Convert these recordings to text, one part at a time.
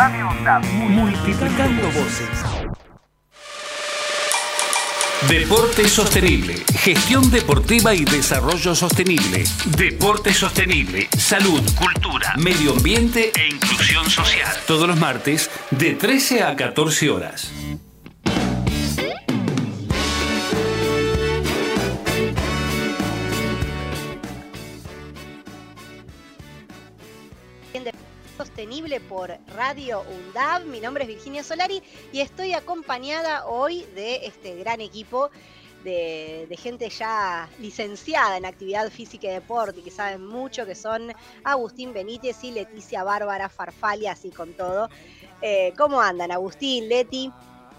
Multiplicando voces. Deporte sostenible, gestión deportiva y desarrollo sostenible. Deporte sostenible, salud, cultura, medio ambiente e inclusión social. Todos los martes de 13 a 14 horas. Sostenible por Radio UNDAV. Mi nombre es Virginia Solari y estoy acompañada hoy de este gran equipo de gente ya licenciada en actividad física y deporte y que saben mucho, que son Agustín Benítez y Leticia Bárbara Farfalli, así con todo. ¿Cómo andan, Agustín, Leti?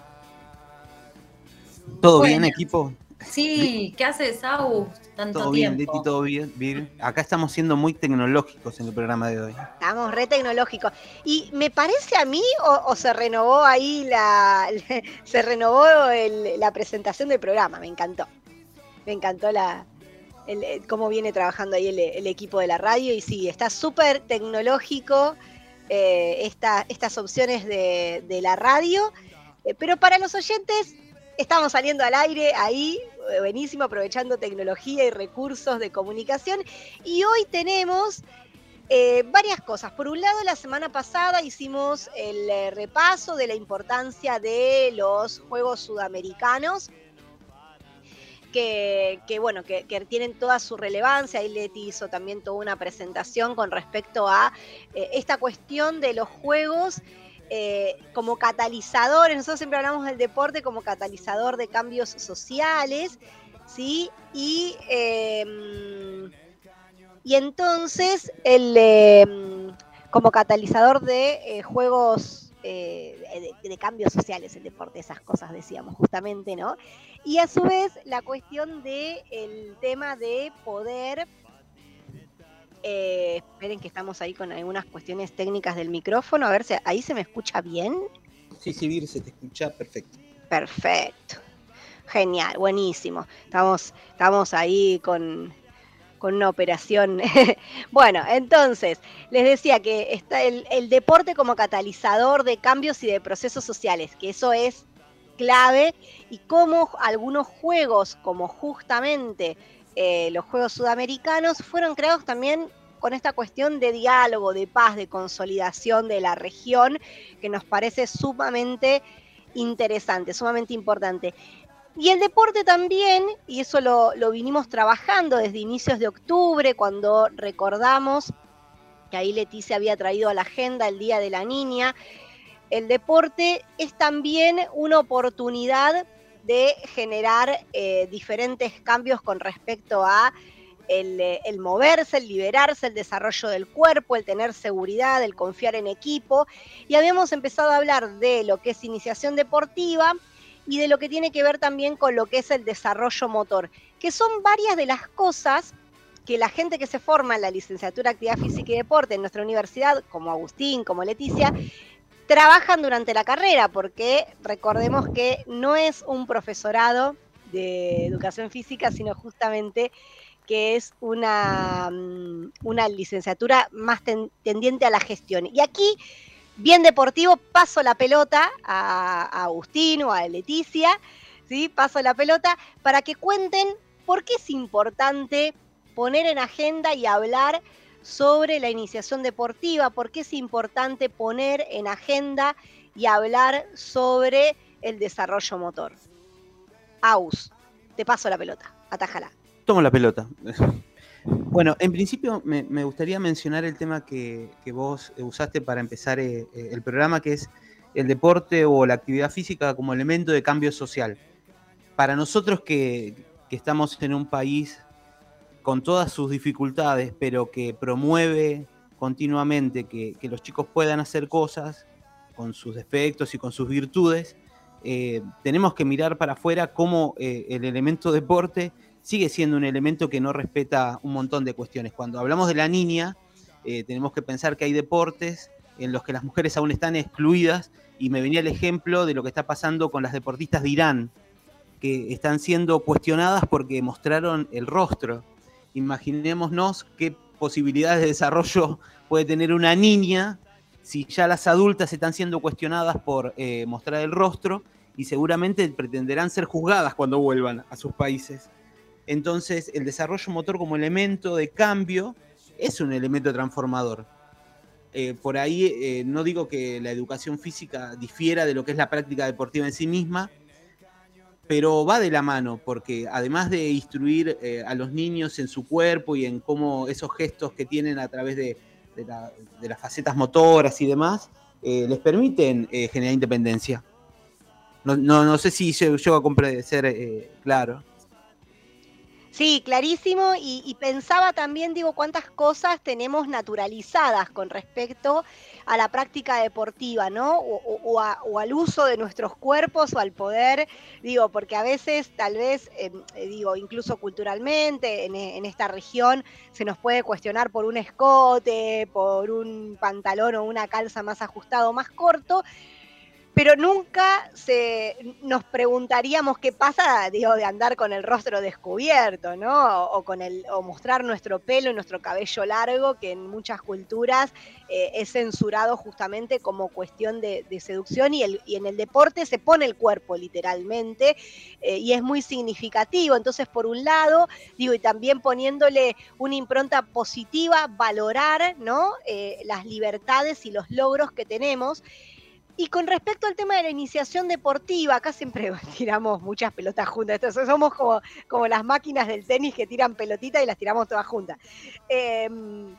¿Todo bien, equipo? Sí, ¿qué haces, Agus? Tanto todo tiempo. Bien, Leti, todo bien. Acá estamos siendo muy tecnológicos en el programa de hoy. Estamos re tecnológicos. Y me parece a mí, o se renovó ahí la presentación del programa. Me encantó. Me encantó cómo viene trabajando ahí el equipo de la radio. Y sí, está súper tecnológico estas opciones de la radio. Pero para los oyentes, estamos saliendo al aire ahí, buenísimo, aprovechando tecnología y recursos de comunicación. Y hoy tenemos varias cosas. Por un lado, la semana pasada hicimos el repaso de la importancia de los Juegos Sudamericanos, que tienen toda su relevancia. Ahí Leti hizo también toda una presentación con respecto a esta cuestión de los Juegos como catalizadores. Nosotros siempre hablamos del deporte como catalizador de cambios sociales, ¿sí? Y entonces, como catalizador de juegos de cambios sociales, el deporte, esas cosas decíamos justamente, ¿no? Y a su vez, la cuestión del tema de poder... esperen que estamos ahí con algunas cuestiones técnicas del micrófono, a ver si ahí se me escucha bien. Sí, Vir, se te escucha perfecto. Perfecto, genial, buenísimo. Estamos ahí con una operación. Bueno, entonces, les decía que está el deporte como catalizador de cambios y de procesos sociales, que eso es clave, y cómo algunos juegos, como justamente los Juegos Sudamericanos, fueron creados también con esta cuestión de diálogo, de paz, de consolidación de la región, que nos parece sumamente interesante, sumamente importante. Y el deporte también, y eso lo vinimos trabajando desde inicios de octubre, cuando recordamos que ahí Leticia había traído a la agenda el Día de la Niña. El deporte es también una oportunidad de generar diferentes cambios con respecto a el moverse, el liberarse, el desarrollo del cuerpo, el tener seguridad, el confiar en equipo. Y habíamos empezado a hablar de lo que es iniciación deportiva y de lo que tiene que ver también con lo que es el desarrollo motor, que son varias de las cosas que la gente que se forma en la licenciatura de Actividad Física y Deporte en nuestra universidad, como Agustín, como Leticia, trabajan durante la carrera, porque recordemos que no es un profesorado de educación física, sino justamente que es una licenciatura más tendiente a la gestión. Y aquí, bien deportivo, paso la pelota a Agustín o a Leticia, ¿sí? Paso la pelota para que cuenten por qué es importante poner en agenda y hablar sobre la iniciación deportiva, por qué es importante poner en agenda y hablar sobre el desarrollo motor. Aus, te paso la pelota, atájala. Tomo la pelota. Bueno, en principio me gustaría mencionar el tema que vos usaste para empezar el programa, que es el deporte o la actividad física como elemento de cambio social. Para nosotros que estamos en un país con todas sus dificultades, pero que promueve continuamente que los chicos puedan hacer cosas con sus defectos y con sus virtudes, tenemos que mirar para afuera cómo el elemento deporte sigue siendo un elemento que no respeta un montón de cuestiones. Cuando hablamos de la niña, tenemos que pensar que hay deportes en los que las mujeres aún están excluidas, y me venía el ejemplo de lo que está pasando con las deportistas de Irán, que están siendo cuestionadas porque mostraron el rostro. Imaginémonos qué posibilidades de desarrollo puede tener una niña si ya las adultas están siendo cuestionadas por mostrar el rostro y seguramente pretenderán ser juzgadas cuando vuelvan a sus países. Entonces, el desarrollo motor como elemento de cambio es un elemento transformador. Por ahí no digo que la educación física difiera de lo que es la práctica deportiva en sí misma, pero va de la mano, porque además de instruir a los niños en su cuerpo y en cómo esos gestos que tienen a través de las facetas motoras y demás, les permiten generar independencia. No sé si llego a ser claro. Sí, clarísimo, y pensaba también, digo, cuántas cosas tenemos naturalizadas con respecto a la práctica deportiva, ¿no? O al uso de nuestros cuerpos o al poder, digo, porque a veces tal vez, digo, incluso culturalmente en esta región se nos puede cuestionar por un escote, por un pantalón o una calza más ajustado, más corto, pero nunca nos preguntaríamos qué pasa, digo, de andar con el rostro descubierto, ¿no? O mostrar nuestro pelo y nuestro cabello largo, que en muchas culturas es censurado justamente como cuestión de seducción, y en el deporte se pone el cuerpo literalmente, y es muy significativo. Entonces, por un lado, digo, y también poniéndole una impronta positiva, valorar, ¿no? Las libertades y los logros que tenemos. Y con respecto al tema de la iniciación deportiva, acá siempre tiramos muchas pelotas juntas. Entonces somos como las máquinas del tenis que tiran pelotitas y las tiramos todas juntas. En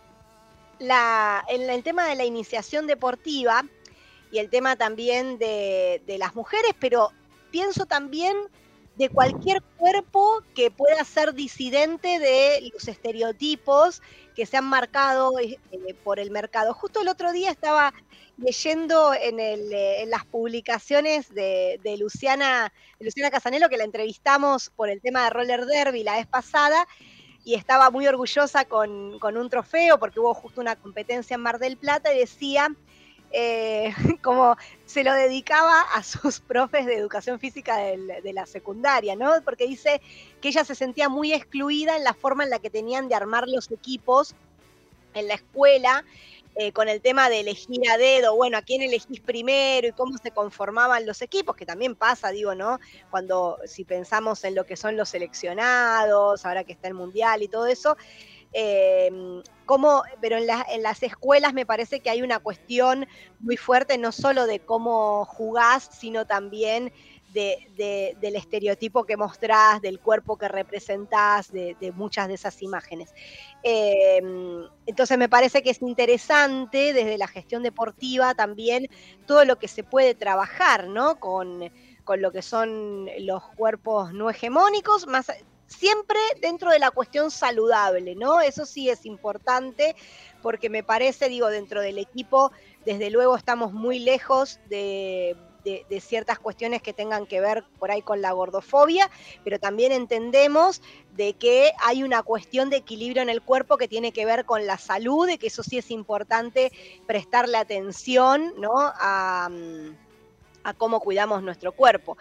el tema de la iniciación deportiva y el tema también de las mujeres, pero pienso también de cualquier cuerpo que pueda ser disidente de los estereotipos que se han marcado por el mercado. Justo el otro día estaba leyendo en las publicaciones de Luciana Casanello, que la entrevistamos por el tema de roller derby la vez pasada, y estaba muy orgullosa con un trofeo, porque hubo justo una competencia en Mar del Plata, y decía como se lo dedicaba a sus profes de educación física de la secundaria, ¿no? Porque dice que ella se sentía muy excluida en la forma en la que tenían de armar los equipos en la escuela, con el tema de elegir a dedo, bueno, a quién elegís primero y cómo se conformaban los equipos, que también pasa, digo, ¿no? Si pensamos en lo que son los seleccionados, ahora que está el Mundial y todo eso, pero en las escuelas me parece que hay una cuestión muy fuerte, no solo de cómo jugás, sino también del estereotipo que mostrás, del cuerpo que representás, de muchas de esas imágenes. Entonces me parece que es interesante desde la gestión deportiva también todo lo que se puede trabajar, ¿no? Con lo que son los cuerpos no hegemónicos, más siempre dentro de la cuestión saludable, ¿no? Eso sí es importante, porque me parece, digo, dentro del equipo, desde luego estamos muy lejos de ciertas cuestiones que tengan que ver por ahí con la gordofobia, pero también entendemos de que hay una cuestión de equilibrio en el cuerpo que tiene que ver con la salud, y que eso sí es importante prestarle atención, ¿no? A cómo cuidamos nuestro cuerpo.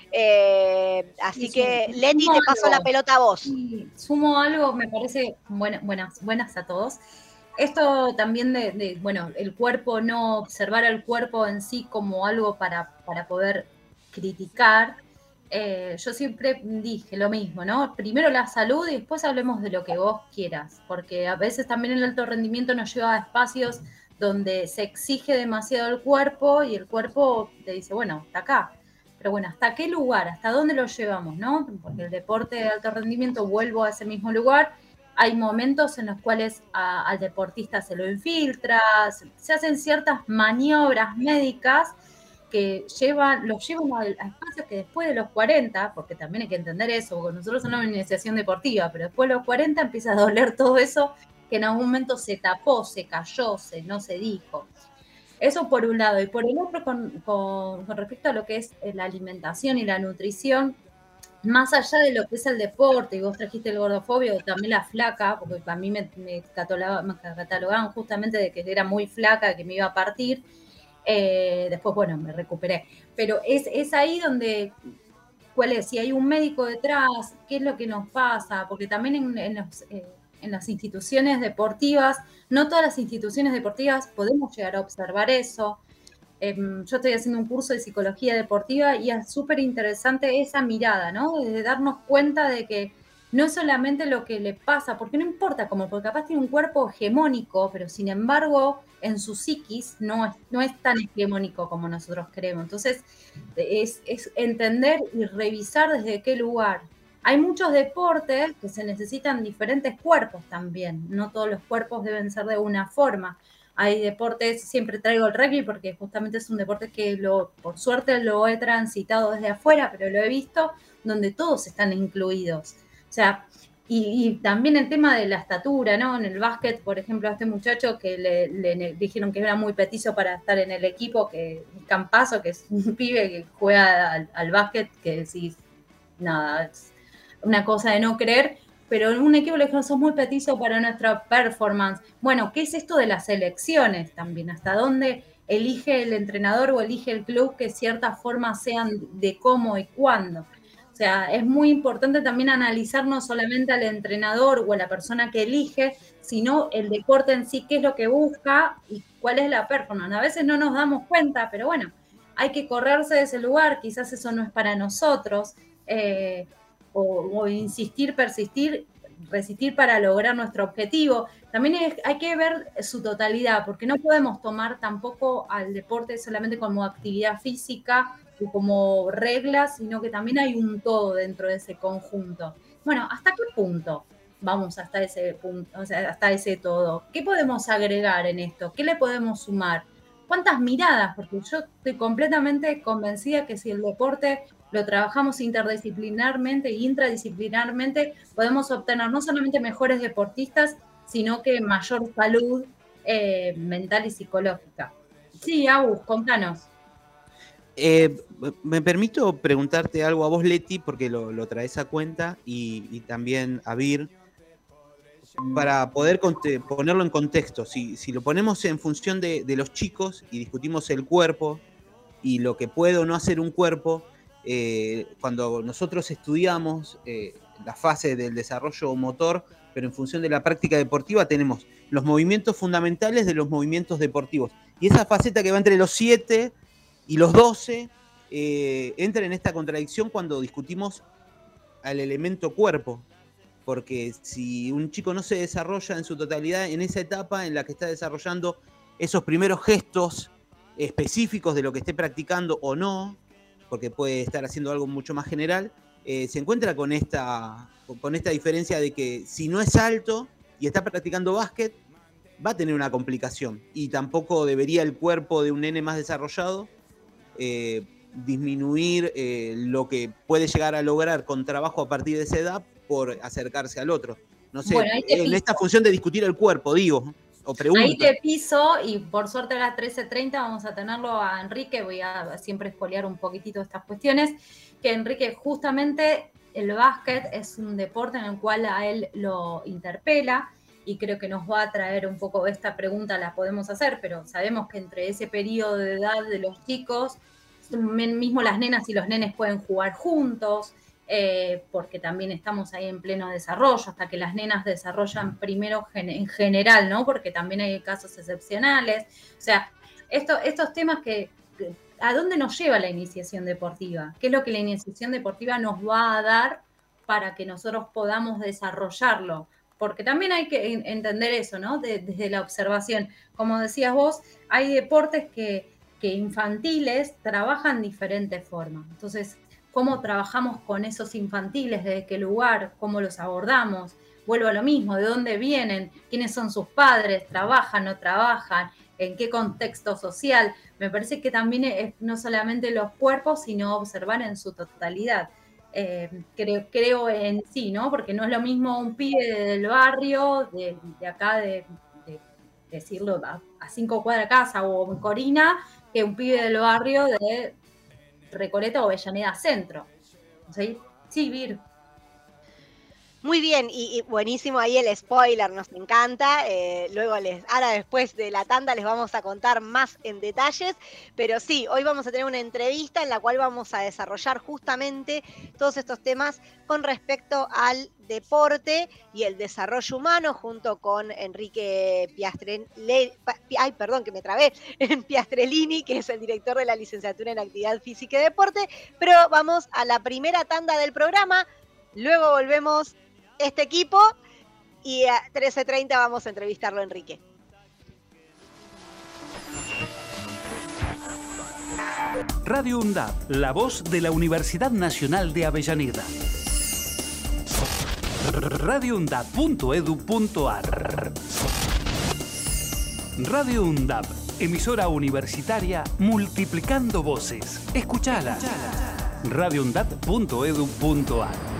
Así que, Leti, te paso la pelota a vos. Sí, sumo algo, me parece buenas a todos. Esto también bueno, el cuerpo, no observar el cuerpo en sí como algo para poder criticar. Yo siempre dije lo mismo, ¿no? Primero la salud y después hablemos de lo que vos quieras, porque a veces también el alto rendimiento nos lleva a espacios donde se exige demasiado el cuerpo y el cuerpo te dice, bueno, hasta acá. Pero bueno, ¿hasta qué lugar? ¿Hasta dónde lo llevamos, no? Porque el deporte de alto rendimiento, vuelvo a ese mismo lugar, hay momentos en los cuales al deportista se lo infiltra, se hacen ciertas maniobras médicas que los llevan a espacios que después de los 40, porque también hay que entender eso, porque nosotros somos una iniciación deportiva, pero después de los 40 empieza a doler todo eso que en algún momento se tapó, se cayó, no se dijo. Eso por un lado. Y por el otro, con respecto a lo que es la alimentación y la nutrición, más allá de lo que es el deporte, y vos trajiste el gordofobia, o también la flaca, porque a mí me catalogaban justamente de que era muy flaca, que me iba a partir. Después, bueno, me recuperé. Pero es ahí donde, ¿cuál es? Si hay un médico detrás, ¿qué es lo que nos pasa? Porque también en en las instituciones deportivas. No todas las instituciones deportivas podemos llegar a observar eso. Yo estoy haciendo un curso de psicología deportiva y es súper interesante esa mirada, ¿no? De darnos cuenta de que no es solamente lo que le pasa, porque no importa cómo, porque capaz tiene un cuerpo hegemónico, pero sin embargo en su psiquis no es tan hegemónico como nosotros creemos. Entonces es entender y revisar desde qué lugar. Hay muchos deportes que se necesitan diferentes cuerpos también, no todos los cuerpos deben ser de una forma. Hay deportes, siempre traigo el rugby porque justamente es un deporte que por suerte lo he transitado desde afuera, pero lo he visto donde todos están incluidos. O sea, y también el tema de la estatura, ¿no? En el básquet, por ejemplo, a este muchacho que le dijeron que era muy petizo para estar en el equipo, que es Campazo, que es un pibe que juega al básquet, que decís, nada, es una cosa de no creer, pero en un equipo le dijeron, sos muy petizo para nuestra performance. Bueno, ¿qué es esto de las elecciones también? ¿Hasta dónde elige el entrenador o elige el club que ciertas formas sean de cómo y cuándo? O sea, es muy importante también analizar no solamente al entrenador o a la persona que elige, sino el deporte en sí, qué es lo que busca y cuál es la performance. A veces no nos damos cuenta, pero bueno, hay que correrse de ese lugar, quizás eso no es para nosotros. O insistir, persistir, resistir para lograr nuestro objetivo. También hay que ver su totalidad, porque no podemos tomar tampoco al deporte solamente como actividad física o como reglas, sino que también hay un todo dentro de ese conjunto. Bueno, ¿hasta qué punto vamos hasta ese punto, o sea, hasta ese todo? ¿Qué podemos agregar en esto? ¿Qué le podemos sumar? ¿Cuántas miradas? Porque yo estoy completamente convencida que si el deporte lo trabajamos interdisciplinarmente e intradisciplinarmente, podemos obtener no solamente mejores deportistas, sino que mayor salud mental y psicológica. Sí, Agus, contanos. Me permito preguntarte algo a vos, Leti, porque lo traes a cuenta, y también a Vir, para poder ponerlo en contexto. Si lo ponemos en función de los chicos y discutimos el cuerpo y lo que puede o no hacer un cuerpo, cuando nosotros estudiamos la fase del desarrollo motor, pero en función de la práctica deportiva, tenemos los movimientos fundamentales de los movimientos deportivos. Y esa faceta que va entre los 7 y los 12 entra en esta contradicción cuando discutimos al elemento cuerpo. Porque si un chico no se desarrolla en su totalidad en esa etapa en la que está desarrollando esos primeros gestos específicos de lo que esté practicando o no, porque puede estar haciendo algo mucho más general, se encuentra con esta diferencia de que si no es alto y está practicando básquet, va a tener una complicación. Y tampoco debería el cuerpo de un nene más desarrollado disminuir lo que puede llegar a lograr con trabajo a partir de esa edad por acercarse al otro. No sé, bueno, en esta función de discutir el cuerpo, digo, o pregunto. Ahí te piso, y por suerte a las 13:30 vamos a tenerlo a Enrique, voy a siempre espolear un poquitito estas cuestiones, que Enrique justamente el básquet es un deporte en el cual a él lo interpela, y creo que nos va a traer un poco esta pregunta, la podemos hacer, pero sabemos que entre ese periodo de edad de los chicos, mismo las nenas y los nenes pueden jugar juntos, porque también estamos ahí en pleno desarrollo, hasta que las nenas desarrollan primero en general, ¿no? Porque también hay casos excepcionales. O sea, estos temas ¿a dónde nos lleva la iniciación deportiva? ¿Qué es lo que la iniciación deportiva nos va a dar para que nosotros podamos desarrollarlo? Porque también hay que entender eso, ¿no? Desde la observación. Como decías vos, hay deportes que infantiles trabajan de diferentes formas. Entonces, ¿cómo trabajamos con esos infantiles? ¿Desde qué lugar? ¿Cómo los abordamos? Vuelvo a lo mismo, ¿de dónde vienen? ¿Quiénes son sus padres? ¿Trabajan, no trabajan? ¿En qué contexto social? Me parece que también es no solamente los cuerpos, sino observar en su totalidad. Creo en sí, ¿no? Porque no es lo mismo un pibe del barrio, de acá, de decirlo, a 5 cuadras de casa o en Corina, que un pibe del barrio de Recoleta o Avellaneda Centro. ¿Sí? Sí, Vir. Muy bien, y buenísimo ahí el spoiler, nos encanta. Ahora después de la tanda les vamos a contar más en detalles, pero sí, hoy vamos a tener una entrevista en la cual vamos a desarrollar justamente todos estos temas con respecto al deporte y el desarrollo humano, junto con Enrique Piastrellini, que es el director de la licenciatura en Actividad Física y Deporte. Pero vamos a la primera tanda del programa, luego volvemos este equipo y a 13:30 vamos a entrevistarlo a Enrique. Radio UNDAB, la voz de la Universidad Nacional de Avellaneda. radioundab.edu.ar. Radio UNDAB, emisora universitaria multiplicando voces. Escuchala. radioundab.edu.ar.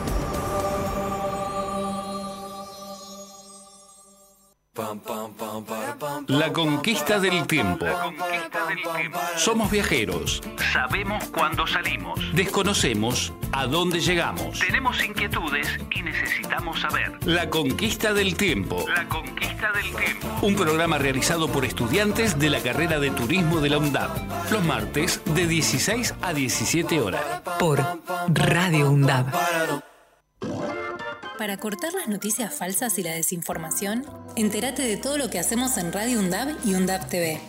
La conquista del tiempo. Somos viajeros. Sabemos cuándo salimos. Desconocemos a dónde llegamos. Tenemos inquietudes y necesitamos saber. La conquista del tiempo. La conquista del tiempo. Un programa realizado por estudiantes de la carrera de turismo de la UNDAB. Los martes de 16 a 17 horas. Por Radio UNDAB. Para cortar las noticias falsas y la desinformación, entérate de todo lo que hacemos en Radio UNDAB y UNDAB TV.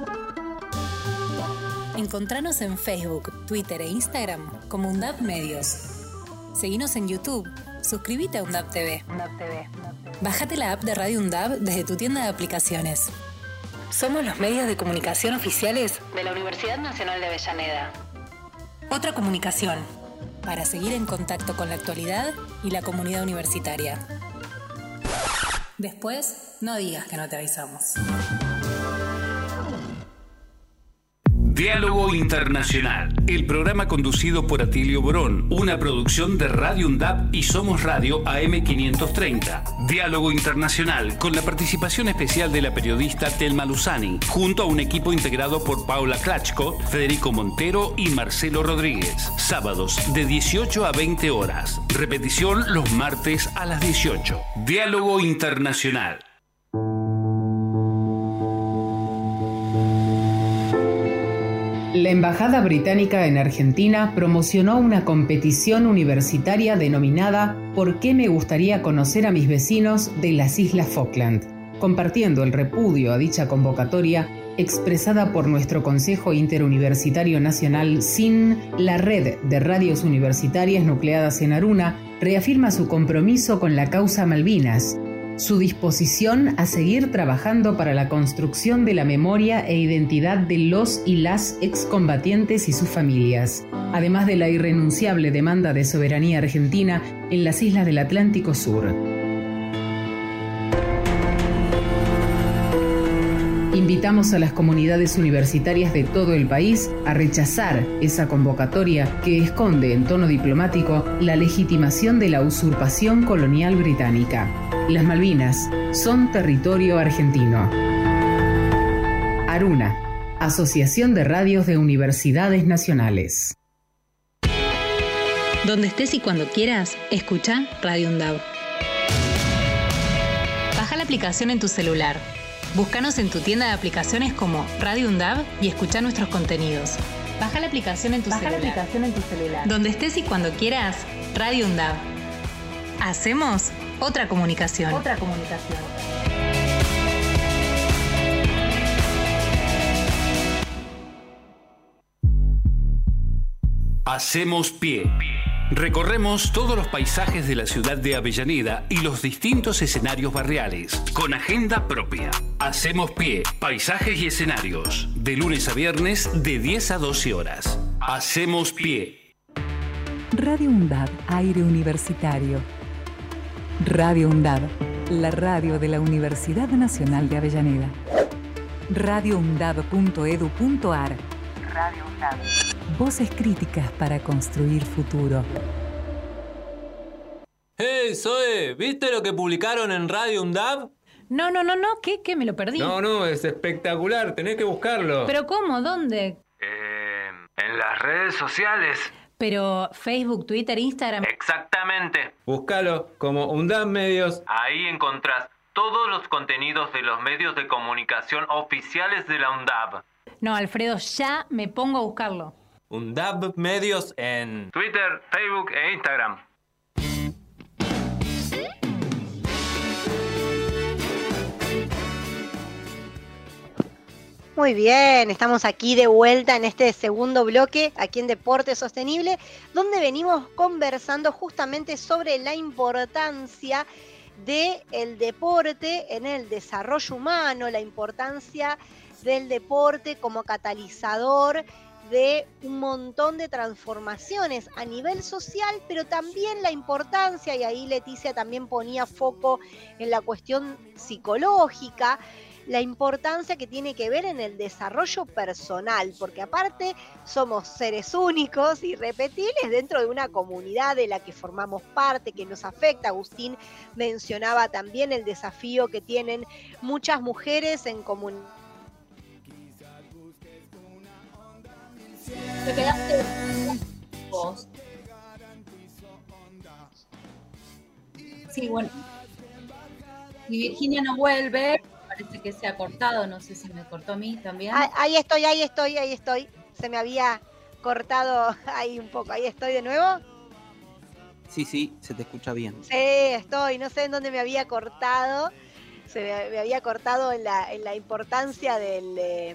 Encontranos en Facebook, Twitter e Instagram como UNDAB Medios. Seguinos en YouTube. Suscríbete a UNDAB TV. Bájate la app de Radio UNDAB desde tu tienda de aplicaciones. Somos los medios de comunicación oficiales de la Universidad Nacional de Avellaneda. Otra comunicación, para seguir en contacto con la actualidad y la comunidad universitaria. Después, no digas que no te avisamos. Diálogo Internacional, el programa conducido por Atilio Borón, una producción de Radio UNDAB y Somos Radio AM530. Diálogo Internacional, con la participación especial de la periodista Telma Luzani, junto a un equipo integrado por Paula Klachko, Federico Montero y Marcelo Rodríguez. Sábados de 18 a 20 horas. Repetición los martes a las 18. Diálogo Internacional. La Embajada Británica en Argentina promocionó una competición universitaria denominada ¿Por qué me gustaría conocer a mis vecinos de las Islas Falkland?, compartiendo el repudio a dicha convocatoria expresada por nuestro Consejo Interuniversitario Nacional SIN. La red de radios universitarias nucleadas en Aruna reafirma su compromiso con la causa Malvinas, su disposición a seguir trabajando para la construcción de la memoria e identidad de los y las excombatientes y sus familias, además de la irrenunciable demanda de soberanía argentina en las islas del Atlántico Sur. Invitamos a las comunidades universitarias de todo el país a rechazar esa convocatoria que esconde en tono diplomático la legitimación de la usurpación colonial británica. Las Malvinas son territorio argentino. Aruna, Asociación de Radios de Universidades Nacionales. Donde estés y cuando quieras, escucha Radio UNDAB. Baja la aplicación en tu celular. Búscanos en tu tienda de aplicaciones como Radio UNDAB y escucha nuestros contenidos. Baja la aplicación en tu celular. Donde estés y cuando quieras, Radio UNDAB. Hacemos otra comunicación. Hacemos pie. Recorremos todos los paisajes de la ciudad de Avellaneda y los distintos escenarios barriales, con agenda propia. Hacemos pie, paisajes y escenarios, de lunes a viernes de 10 a 12 horas. Hacemos pie. Radio UNDAB, aire universitario. Radio UNDAB, la radio de la Universidad Nacional de Avellaneda. radioundab.edu.ar. Radio UNDAB. Voces críticas para construir futuro. ¡Hey, Zoe! ¿Viste lo que publicaron en Radio UNDAB? No, ¿qué? Me lo perdí. No, es espectacular, tenés que buscarlo. ¿Pero cómo? ¿Dónde? En las redes sociales. Pero Facebook, Twitter, Instagram. Exactamente. Exactamente. Búscalo como UNDAB Medios. Ahí encontrás todos los contenidos de los medios de comunicación oficiales de la UNDAB. No, Alfredo, ya me pongo a buscarlo. UNDAB Medios en Twitter, Facebook e Instagram. Muy bien, estamos aquí de vuelta en este segundo bloque, aquí en Deporte Sostenible, donde venimos conversando justamente sobre la importancia del deporte en el desarrollo humano, la importancia del deporte como catalizador de un montón de transformaciones a nivel social, pero también la importancia, y ahí Leticia también ponía foco en la cuestión psicológica, la importancia que tiene que ver en el desarrollo personal, porque aparte somos seres únicos y irrepetibles dentro de una comunidad de la que formamos parte, que nos afecta. Agustín mencionaba también el desafío que tienen muchas mujeres en comunidad. Te quedaste vos. Sí, bueno. Y Virginia no vuelve. Parece que se ha cortado, no sé si me cortó a mí también. Ahí estoy. Se me había cortado ahí un poco. Ahí estoy de nuevo. Sí, se te escucha bien. Sí, estoy. No sé en dónde me había cortado. Me había cortado en la importancia del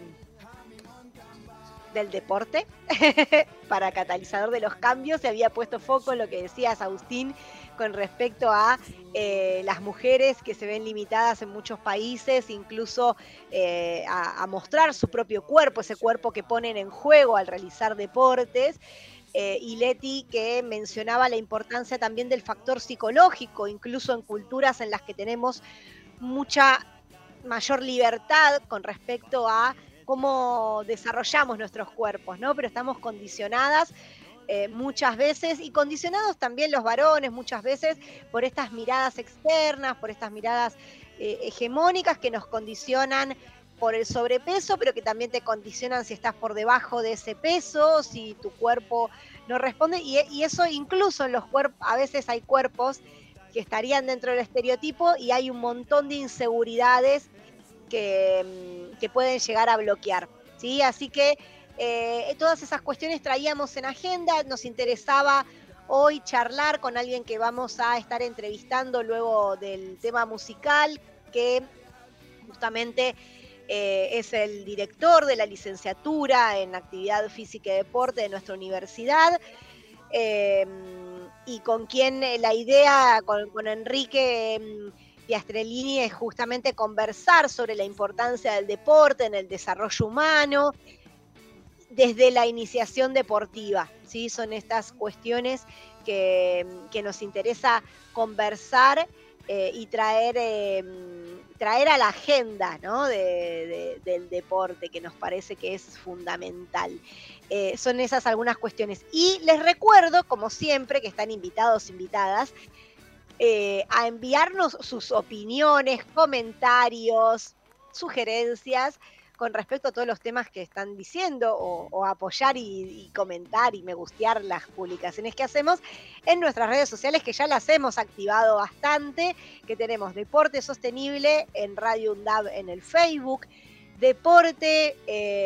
deporte para catalizador de los cambios. Se había puesto foco en lo que decías, Agustín, con respecto a las mujeres que se ven limitadas en muchos países, incluso a mostrar su propio cuerpo, ese cuerpo que ponen en juego al realizar deportes. Y Leti, que mencionaba la importancia también del factor psicológico, incluso en culturas en las que tenemos mucha mayor libertad con respecto a cómo desarrollamos nuestros cuerpos, ¿no? Pero estamos condicionadas muchas veces, y condicionados también los varones muchas veces por estas miradas externas, por estas miradas hegemónicas que nos condicionan por el sobrepeso, pero que también te condicionan si estás por debajo de ese peso, si tu cuerpo no responde, y eso incluso en los cuerpos, a veces hay cuerpos que estarían dentro del estereotipo y hay un montón de inseguridades que pueden llegar a bloquear, ¿sí? Así que todas esas cuestiones traíamos en agenda. Nos interesaba hoy charlar con alguien que vamos a estar entrevistando luego del tema musical, que justamente es el director de la licenciatura en Actividad Física y Deporte de nuestra universidad, y con quien la idea, con Enrique Piastrellini, es justamente conversar sobre la importancia del deporte en el desarrollo humano, desde la iniciación deportiva, ¿sí? Son estas cuestiones que nos interesa conversar y traer a la agenda, ¿no? del deporte, que nos parece que es fundamental. Son esas algunas cuestiones. Y les recuerdo, como siempre, que están invitados, invitadas, a enviarnos sus opiniones, comentarios, sugerencias con respecto a todos los temas que están diciendo, o apoyar y comentar y me gustear las publicaciones que hacemos en nuestras redes sociales, que ya las hemos activado bastante, que tenemos Deporte Sostenible en Radio UNDAB en el Facebook, Deporte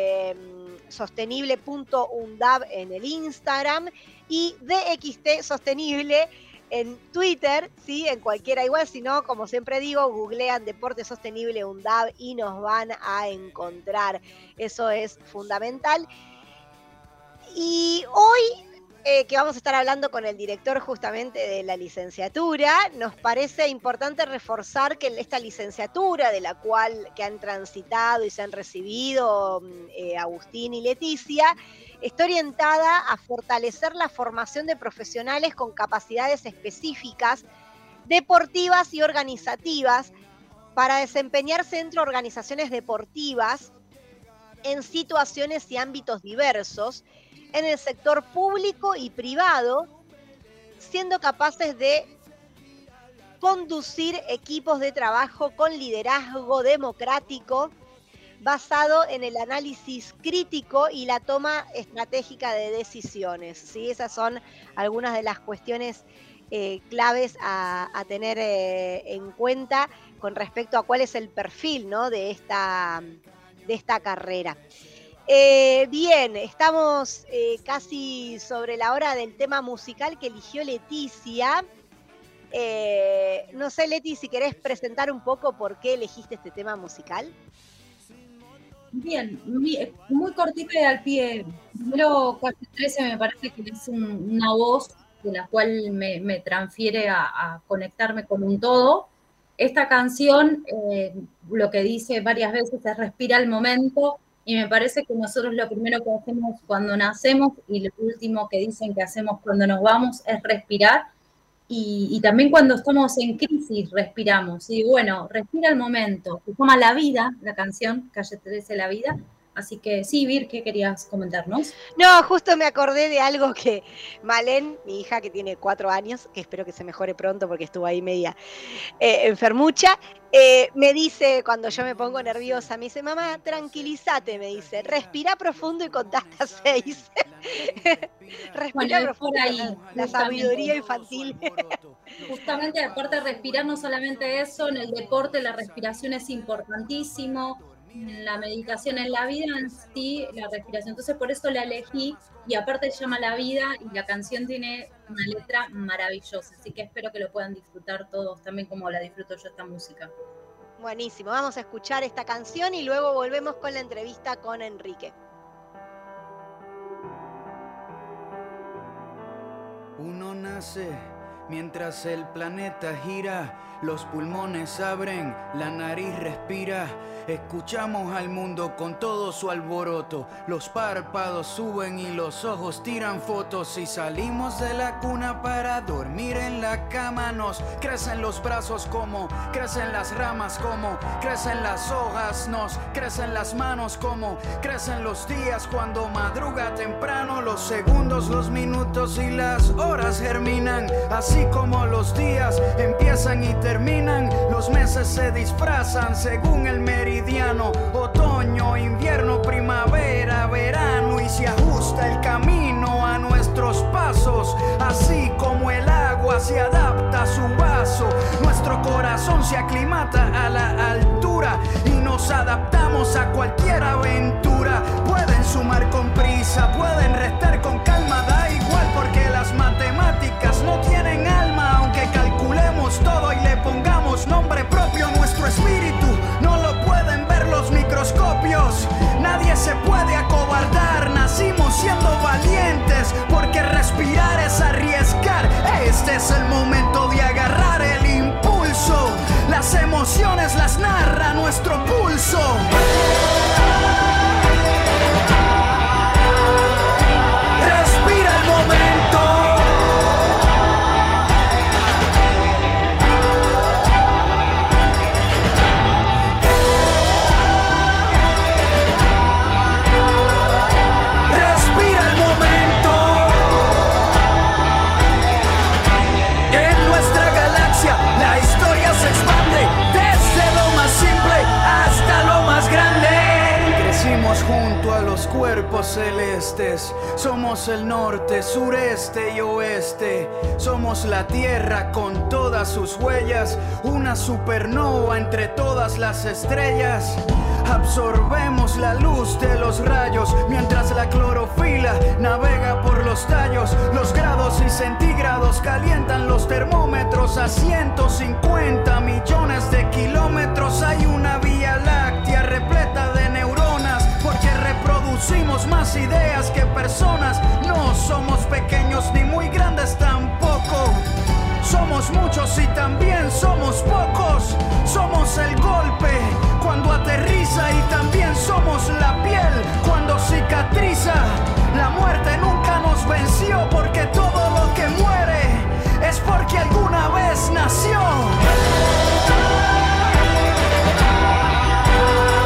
Sostenible.undab en el Instagram y DXT Sostenible en Twitter, ¿sí? En cualquiera igual, si no, como siempre digo, googlean Deporte Sostenible UNDAB y nos van a encontrar. Eso es fundamental. Y hoy, que vamos a estar hablando con el director justamente de la licenciatura, nos parece importante reforzar que esta licenciatura de la cual que han transitado y se han recibido Agustín y Leticia, está orientada a fortalecer la formación de profesionales con capacidades específicas, deportivas y organizativas, para desempeñarse dentro de organizaciones deportivas en situaciones y ámbitos diversos, en el sector público y privado, siendo capaces de conducir equipos de trabajo con liderazgo democrático, basado en el análisis crítico y la toma estratégica de decisiones, ¿sí? Esas son algunas de las cuestiones claves a tener en cuenta con respecto a cuál es el perfil, ¿no?, de esta carrera. Bien, estamos casi sobre la hora del tema musical que eligió Leticia. No sé, Leti, si querés presentar un poco por qué elegiste este tema musical. Bien, muy cortito y al pie. Primero, Calle 13 me parece que es una voz de la cual me transfiere a conectarme con un todo. Esta canción, lo que dice varias veces es respira el momento, y me parece que nosotros lo primero que hacemos cuando nacemos y lo último que dicen que hacemos cuando nos vamos es respirar. Y también cuando estamos en crisis respiramos. Y bueno, respira el momento. Se llama La Vida, la canción, Calle 13, La Vida. Así que sí, Vir, ¿qué querías comentarnos? No, justo me acordé de algo que Malén, mi hija que tiene 4 años, que espero que se mejore pronto porque estuvo ahí media enfermucha, me dice cuando yo me pongo nerviosa, me dice, mamá, tranquilízate, me dice, respira profundo y contá hasta 6. Respira profundo, ahí, la sabiduría infantil. Justamente, aparte de respirar, no solamente eso, en el deporte la respiración es importantísimo. En la meditación, en la vida en sí, la respiración. Entonces por eso la elegí, y aparte se llama La Vida, y la canción tiene una letra maravillosa, así que espero que lo puedan disfrutar todos, también como la disfruto yo esta música. Buenísimo, vamos a escuchar esta canción y luego volvemos con la entrevista con Enrique. Uno nace mientras el planeta gira, los pulmones abren, la nariz respira. Escuchamos al mundo con todo su alboroto, los párpados suben y los ojos tiran fotos. Y salimos de la cuna para dormir en la cama, nos crecen los brazos como crecen las ramas, como crecen las hojas, nos crecen las manos como crecen los días. Cuando madruga temprano, los segundos, los minutos y las horas germinan, así como los días empiezan y terminan. Los meses se disfrazan según el meridiano, otoño, invierno, primavera, verano, y se ajusta el camino a nuestros pasos, así como el agua se adapta a su vaso. Nuestro corazón se aclimata a la altura y nos adaptamos a cualquier aventura. Pueden sumar con prisa, pueden restar con calma, da igual, porque las matemáticas no tienen alma. Aunque calculemos todo y le pongamos nombre propio, nuestro espíritu no lo pueden ver los microscopios. Nadie se puede acobardar, nacimos siendo valientes, porque respirar es arriesgar. Este es el momento de agarrar el impulso, las emociones las narra nuestro pulso. Respira el momento. Junto a los cuerpos celestes, somos el norte, sureste y oeste. Somos la tierra con todas sus huellas, una supernova entre todas las estrellas. Absorbemos la luz de los rayos mientras la clorofila navega por los tallos. Los grados y centígrados calientan los termómetros a 150 millones de kilómetros. Hay una vía láctea repleta de neuronas, porque reproducimos más ideas que personas. No somos pequeños ni muy grandes tampoco. Somos muchos y también somos pocos. Somos el golpe cuando aterriza y también somos la piel cuando cicatriza. La muerte nunca nos venció, porque todo lo que muere es porque alguna vez nació.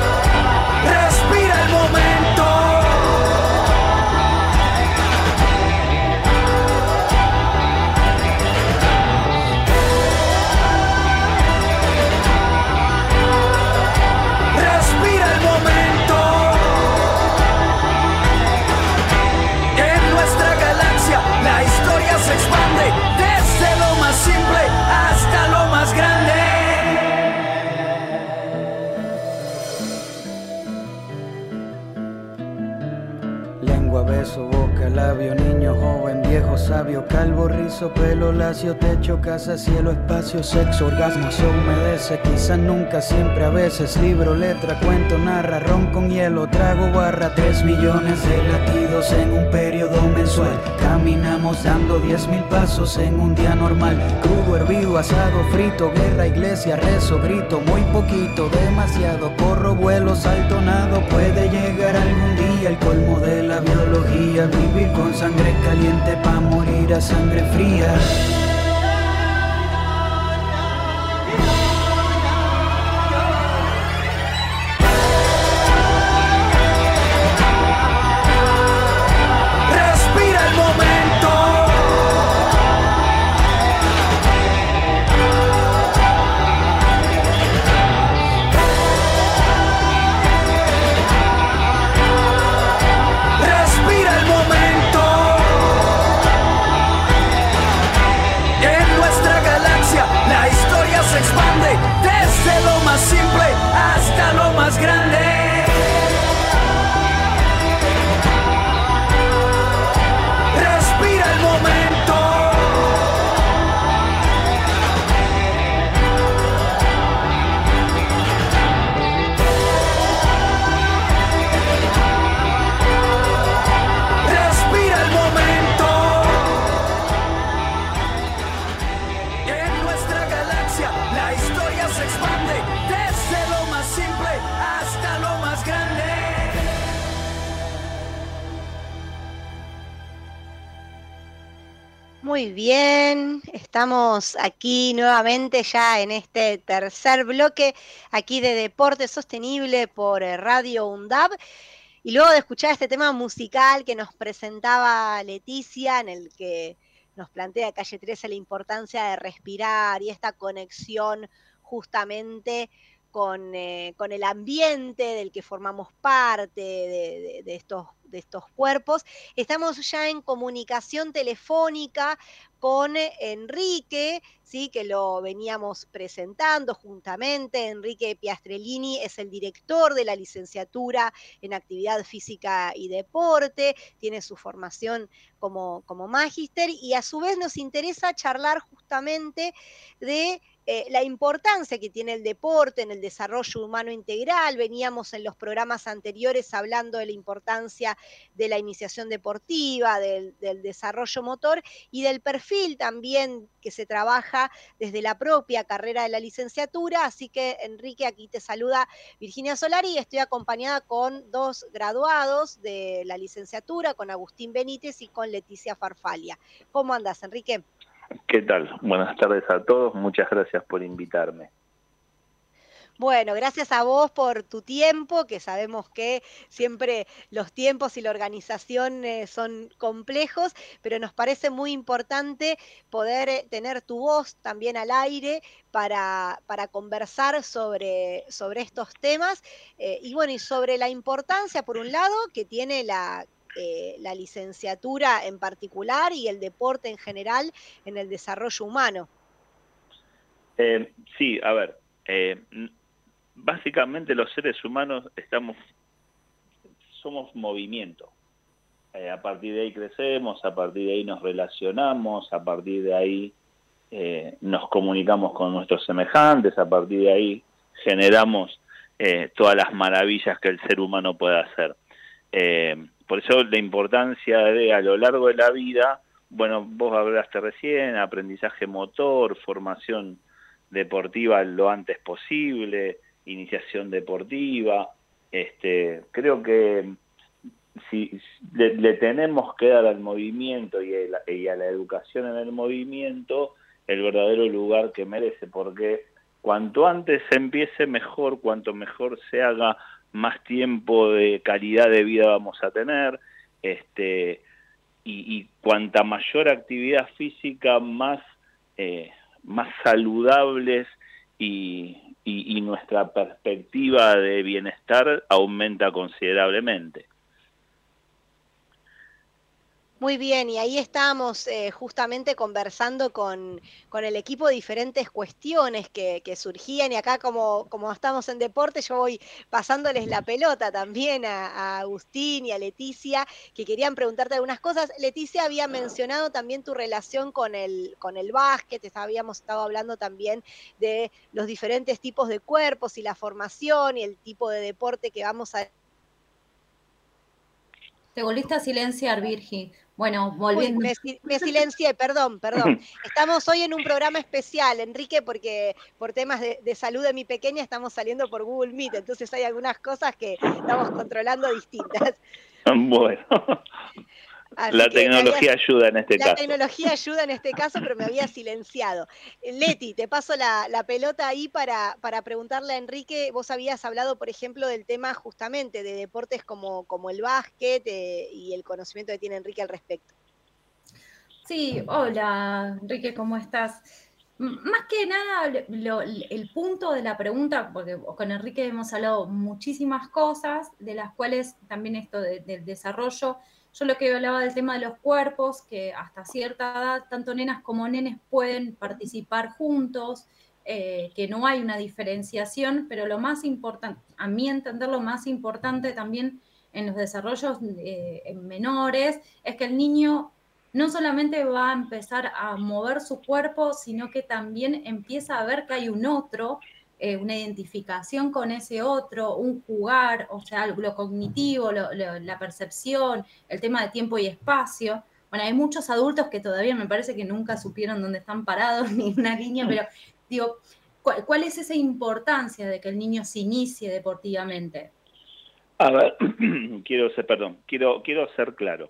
Respira el momento. niño, joven, viejo, sabio, calvo, rizo, pelo, lacio, techo, casa, cielo, espacio, sexo, orgasmo, se humedece, quizás nunca, siempre, a veces, libro, letra, cuento, narra, ron con hielo, trago, barra, 3 millones de latidos en un periodo mensual, caminamos dando 10.000 pasos en un día normal, crudo, hervido, asado, frito, guerra, iglesia, rezo, grito, muy poquito, demasiado, corro, vuelo, salto, nado, puede llegar algún día el colmo de la biología, vivir con sangre caliente pa' morir a sangre fría. Respira el momento. Respira el momento. En nuestra galaxia la historia se expande desde lo más simple hasta lo más grande. Respira el momento. Respira el momento. En nuestra galaxia la historia se expande desde lo más simple hasta lo más grande. Muy bien, estamos aquí nuevamente ya en este tercer bloque aquí de Deporte Sostenible por Radio UNDAB. Y luego de escuchar este tema musical que nos presentaba Leticia, en el que nos plantea Calle 13 la importancia de respirar y esta conexión justamente con el ambiente del que formamos parte de estos cuerpos. Estamos ya en comunicación telefónica con Enrique, ¿sí? Que lo veníamos presentando juntamente. Enrique Piastrellini es el director de la licenciatura en Actividad Física y Deporte, tiene su formación como magíster y a su vez nos interesa charlar justamente de la importancia que tiene el deporte en el desarrollo humano integral. Veníamos en los programas anteriores hablando de la importancia de la iniciación deportiva, del desarrollo motor y del perfil también que se trabaja desde la propia carrera de la licenciatura. Así que, Enrique, aquí te saluda Virginia Solari y estoy acompañada con 2 graduados de la licenciatura, con Agustín Benítez y con Leticia Farfaglia. ¿Cómo andás, Enrique? ¿Qué tal? Buenas tardes a todos, muchas gracias por invitarme. Bueno, gracias a vos por tu tiempo, que sabemos que siempre los tiempos y la organización son complejos, pero nos parece muy importante poder tener tu voz también al aire para conversar sobre estos temas y bueno, y sobre la importancia, por un lado, que tiene la licenciatura en particular y el deporte en general en el desarrollo humano. Sí, a ver, básicamente los seres humanos somos movimiento. A partir de ahí crecemos, a partir de ahí nos relacionamos, a partir de ahí nos comunicamos con nuestros semejantes, a partir de ahí generamos todas las maravillas que el ser humano puede hacer. Por eso la importancia de a lo largo de la vida, bueno, vos hablaste recién, aprendizaje motor, formación deportiva lo antes posible, iniciación deportiva. Creo que si le tenemos que dar al movimiento y a la educación en el movimiento el verdadero lugar que merece, porque cuanto antes se empiece mejor, cuanto mejor se haga, más tiempo de calidad de vida vamos a tener, y cuanta mayor actividad física, más saludables y nuestra perspectiva de bienestar aumenta considerablemente. Muy bien, y ahí estábamos justamente conversando con el equipo diferentes cuestiones que surgían, y acá como estamos en deporte, yo voy pasándoles la pelota también a Agustín y a Leticia, que querían preguntarte algunas cosas. Leticia había mencionado también tu relación con el básquet, habíamos estado hablando también de los diferentes tipos de cuerpos y la formación y el tipo de deporte que vamos a... Te volviste a silenciar, Virgi. Bueno, volviendo. Uy, me silencié, perdón. Estamos hoy en un programa especial, Enrique, porque por temas de salud de mi pequeña estamos saliendo por Google Meet, entonces hay algunas cosas que estamos controlando distintas. Bueno, la tecnología ayuda en este caso. La tecnología ayuda en este caso, pero me había silenciado. Leti, te paso la pelota ahí para preguntarle a Enrique. Vos habías hablado, por ejemplo, del tema justamente de deportes como el básquet y el conocimiento que tiene Enrique al respecto. Sí, hola, Enrique, ¿cómo estás? Más que nada, el punto de la pregunta, porque con Enrique hemos hablado muchísimas cosas, de las cuales también esto del desarrollo. Yo lo que hablaba del tema de los cuerpos, que hasta cierta edad, tanto nenas como nenes pueden participar juntos, que no hay una diferenciación, pero lo más importante, a mi entender, lo más importante también en los desarrollos menores, es que el niño no solamente va a empezar a mover su cuerpo, sino que también empieza a ver que hay un otro, una identificación con ese otro, un jugar, o sea, lo cognitivo, la percepción, el tema de tiempo y espacio. Bueno, hay muchos adultos que todavía me parece que nunca supieron dónde están parados ni una línea, pero digo, ¿cuál es esa importancia de que el niño se inicie deportivamente? A ver, quiero ser claro.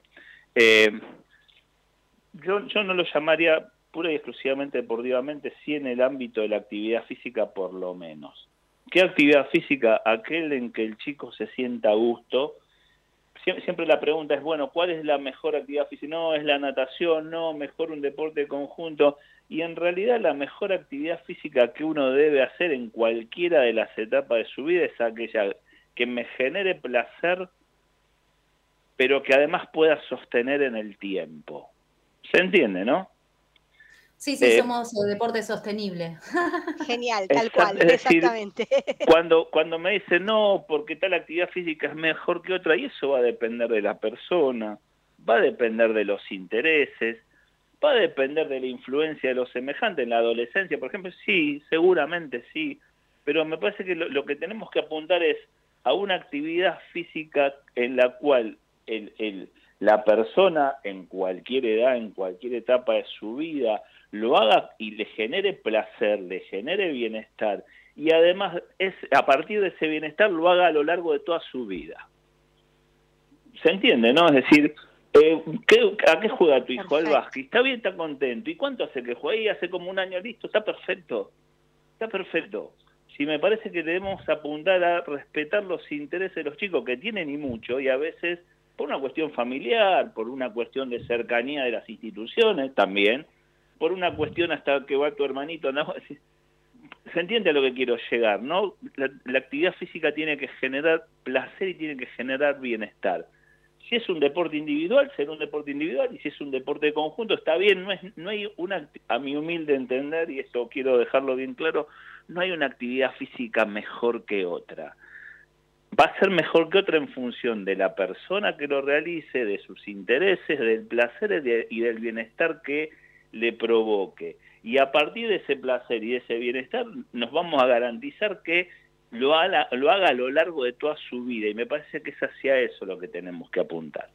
Yo no lo llamaría pura y exclusivamente deportivamente, sí en el ámbito de la actividad física por lo menos. ¿Qué actividad física? Aquel en que el chico se sienta a gusto. Siempre la pregunta es, bueno, ¿cuál es la mejor actividad física? No, es la natación, no, mejor un deporte conjunto. Y en realidad la mejor actividad física que uno debe hacer en cualquiera de las etapas de su vida es aquella que me genere placer, pero que además pueda sostener en el tiempo. ¿Se entiende, no? Sí, somos deporte sostenible. Genial, tal cual, exactamente. Cuando me dicen, no, porque tal actividad física es mejor que otra, y eso va a depender de la persona, va a depender de los intereses, va a depender de la influencia de los semejantes. En la adolescencia, por ejemplo, sí, seguramente sí, pero me parece que lo que tenemos que apuntar es a una actividad física en la cual la persona en cualquier edad, en cualquier etapa de su vida, lo haga y le genere placer, le genere bienestar, y además a partir de ese bienestar lo haga a lo largo de toda su vida. ¿Se entiende, no? Es decir, ¿a qué juega tu hijo? Perfecto. Al básquet. Está bien, está contento. ¿Y cuánto hace que juega? Y hace como un año, listo, está perfecto. Está perfecto. Sí, me parece que debemos apuntar a respetar los intereses de los chicos, que tienen y mucho, y a veces por una cuestión familiar, por una cuestión de cercanía de las instituciones también, por una cuestión hasta que va tu hermanito, ¿no? Se entiende a lo que quiero llegar, ¿no? La actividad física tiene que generar placer y tiene que generar bienestar. Si es un deporte individual, será un deporte individual, y si es un deporte de conjunto, está bien. No hay una, a mi humilde entender, y esto quiero dejarlo bien claro, no hay una actividad física mejor que otra. Va a ser mejor que otra en función de la persona que lo realice, de sus intereses, del placer y del bienestar que le provoque. Y a partir de ese placer y de ese bienestar nos vamos a garantizar que lo haga a lo largo de toda su vida, y me parece que es hacia eso lo que tenemos que apuntar.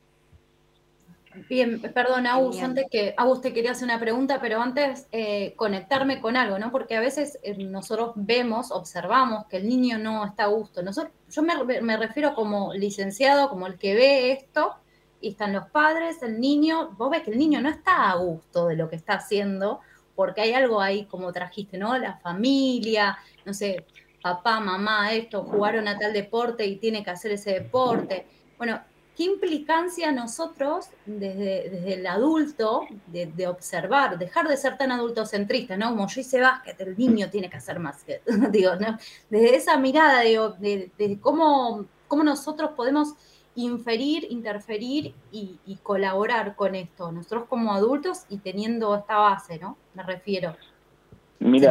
Bien, perdón, Agus, Agus te quería hacer una pregunta, pero antes conectarme con algo, ¿no? Porque a veces nosotros observamos que el niño no está a gusto. Yo me refiero como licenciado, como el que ve esto, y están los padres, el niño, vos ves que el niño no está a gusto de lo que está haciendo, porque hay algo ahí, como trajiste, ¿no? La familia, no sé, papá, mamá, jugaron a tal deporte y tiene que hacer ese deporte. Bueno, ¿qué implicancia nosotros, desde el adulto, de observar, dejar de ser tan adultocentristas, ¿no? Como yo hice básquet, el niño tiene que hacer más, digo, ¿no? Desde esa mirada, digo, de cómo nosotros podemos inferir, interferir y colaborar con esto, nosotros como adultos y teniendo esta base, ¿no? Me refiero. Mira,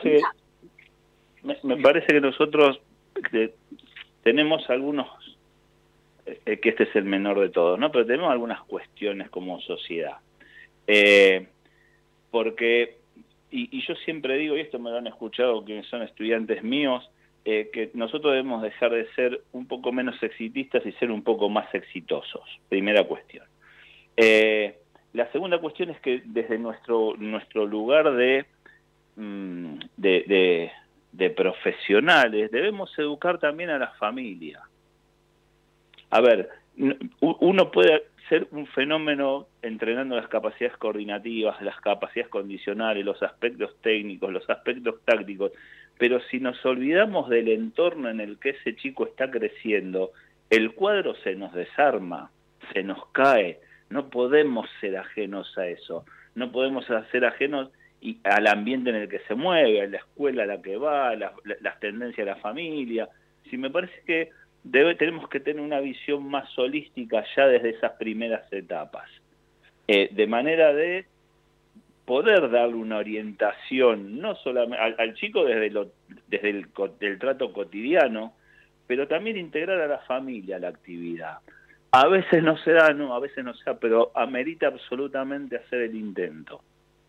me parece que nosotros tenemos algunos, que este es el menor de todos, ¿no? Pero tenemos algunas cuestiones como sociedad. Porque, y yo siempre digo, y esto me lo han escuchado quienes son estudiantes míos, que nosotros debemos dejar de ser un poco menos exitistas y ser un poco más exitosos. Primera cuestión. La segunda cuestión es que desde nuestro lugar de profesionales debemos educar también a la familia. A ver, uno puede ser un fenómeno entrenando las capacidades coordinativas, las capacidades condicionales, los aspectos técnicos, los aspectos tácticos, pero si nos olvidamos del entorno en el que ese chico está creciendo, el cuadro se nos desarma, se nos cae. No podemos ser ajenos a eso, no podemos ser ajenos al ambiente en el que se mueve, a la escuela a la que va, las tendencias de la familia. Sí, me parece que tenemos que tener una visión más holística ya desde esas primeras etapas, de manera de poder darle una orientación, no solamente al chico desde el trato cotidiano, pero también integrar a la familia a la actividad. A veces no se da, a veces no se da, pero amerita absolutamente hacer el intento.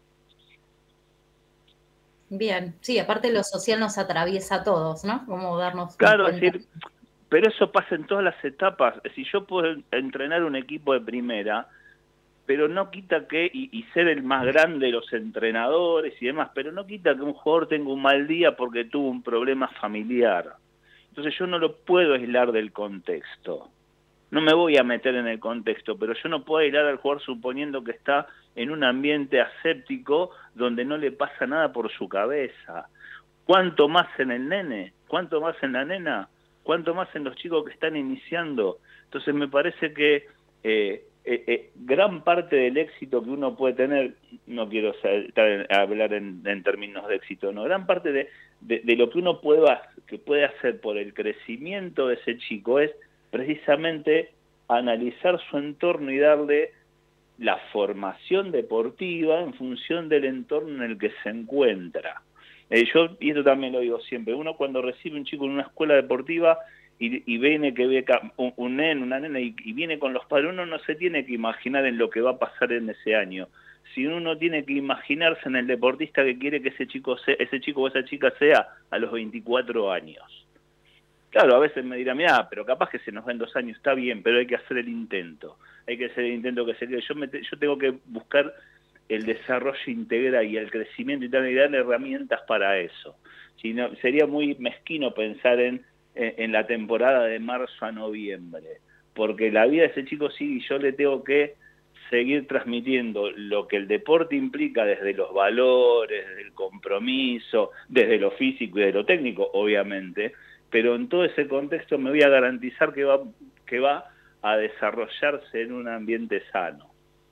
Bien, sí, aparte lo social nos atraviesa a todos, ¿no? Como darnos Claro, es decir, pero eso pasa en todas las etapas. Si yo puedo entrenar un equipo de primera, pero no quita que, y ser el más grande de los entrenadores y demás, pero no quita que un jugador tenga un mal día porque tuvo un problema familiar. Entonces yo no lo puedo aislar del contexto. No me voy a meter en el contexto, pero yo no puedo aislar al jugador suponiendo que está en un ambiente aséptico donde no le pasa nada por su cabeza. ¿Cuánto más en el nene? ¿Cuánto más en la nena? ¿Cuánto más en los chicos que están iniciando? Entonces me parece que gran parte del éxito que uno puede tener, no quiero hablar en términos de éxito, no, gran parte de lo que uno puede hacer por el crecimiento de ese chico es precisamente analizar su entorno y darle la formación deportiva en función del entorno en el que se encuentra. Y esto también lo digo siempre, uno cuando recibe un chico en una escuela deportiva y viene que ve un nene, una nena y viene con los padres, uno no se tiene que imaginar en lo que va a pasar en ese año, sino uno tiene que imaginarse en el deportista que quiere que ese chico o esa chica sea a los 24 años. Claro, a veces me dirán, mira, pero capaz que se nos ven 2 años, está bien, pero hay que hacer el intento. Hay que hacer el intento que se quede. Yo tengo que buscar el desarrollo integral y el crecimiento y darle herramientas para eso. Si no, sería muy mezquino pensar en la temporada de marzo a noviembre, porque la vida de ese chico sigue y yo le tengo que seguir transmitiendo lo que el deporte implica desde los valores, desde el compromiso, desde lo físico y de lo técnico, obviamente, pero en todo ese contexto me voy a garantizar que va a desarrollarse en un ambiente sano.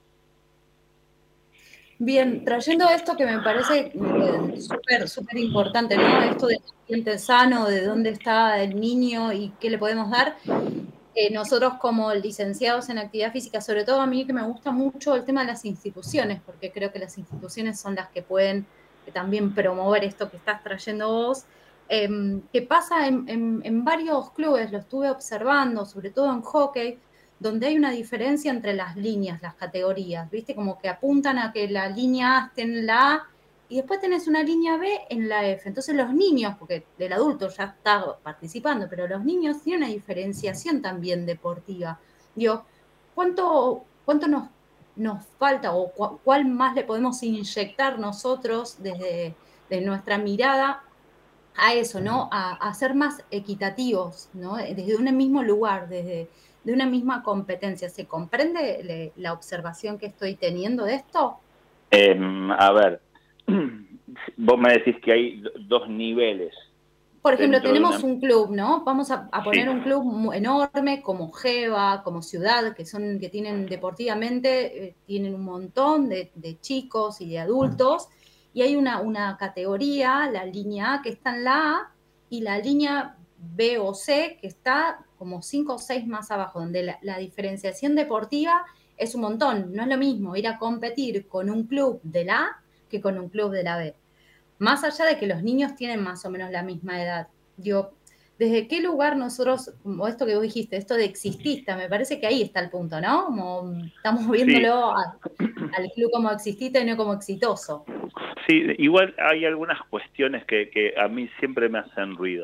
Bien, trayendo esto que me parece súper importante, ¿no? Esto del ambiente sano, de dónde está el niño y qué le podemos dar. Nosotros como licenciados en actividad física, sobre todo a mí que me gusta mucho el tema de las instituciones, porque creo que las instituciones son las que pueden también promover esto que estás trayendo vos, que pasa en varios clubes, lo estuve observando, sobre todo en hockey, donde hay una diferencia entre las líneas, las categorías, ¿viste? Como que apuntan a que la línea A esté en la A y después tenés una línea B en la F. Entonces los niños, porque el adulto ya está participando, pero los niños tienen una diferenciación también deportiva. Digo, ¿cuánto nos falta o cuál más le podemos inyectar nosotros desde nuestra mirada a eso, ¿no? A ser más equitativos, ¿no? Desde un mismo lugar, de una misma competencia. ¿Se comprende la observación que estoy teniendo de esto? A ver, vos me decís que hay 2 niveles. Por ejemplo, tenemos un club, ¿no? Vamos a poner un club enorme como Geva, como Ciudad, que tienen deportivamente, tienen un montón de chicos y de adultos, y hay una categoría, la línea A, que está en la A, y la línea B o C, que está como 5 o 6 más abajo, donde la diferenciación deportiva es un montón. No es lo mismo ir a competir con un club de la A que con un club de la B. Más allá de que los niños tienen más o menos la misma edad. Digo, ¿desde qué lugar nosotros, como esto que vos dijiste, esto de existista, me parece que ahí está el punto, ¿no? Como estamos viéndolo al club como existista y no como exitoso. Sí, igual hay algunas cuestiones que a mí siempre me hacen ruido.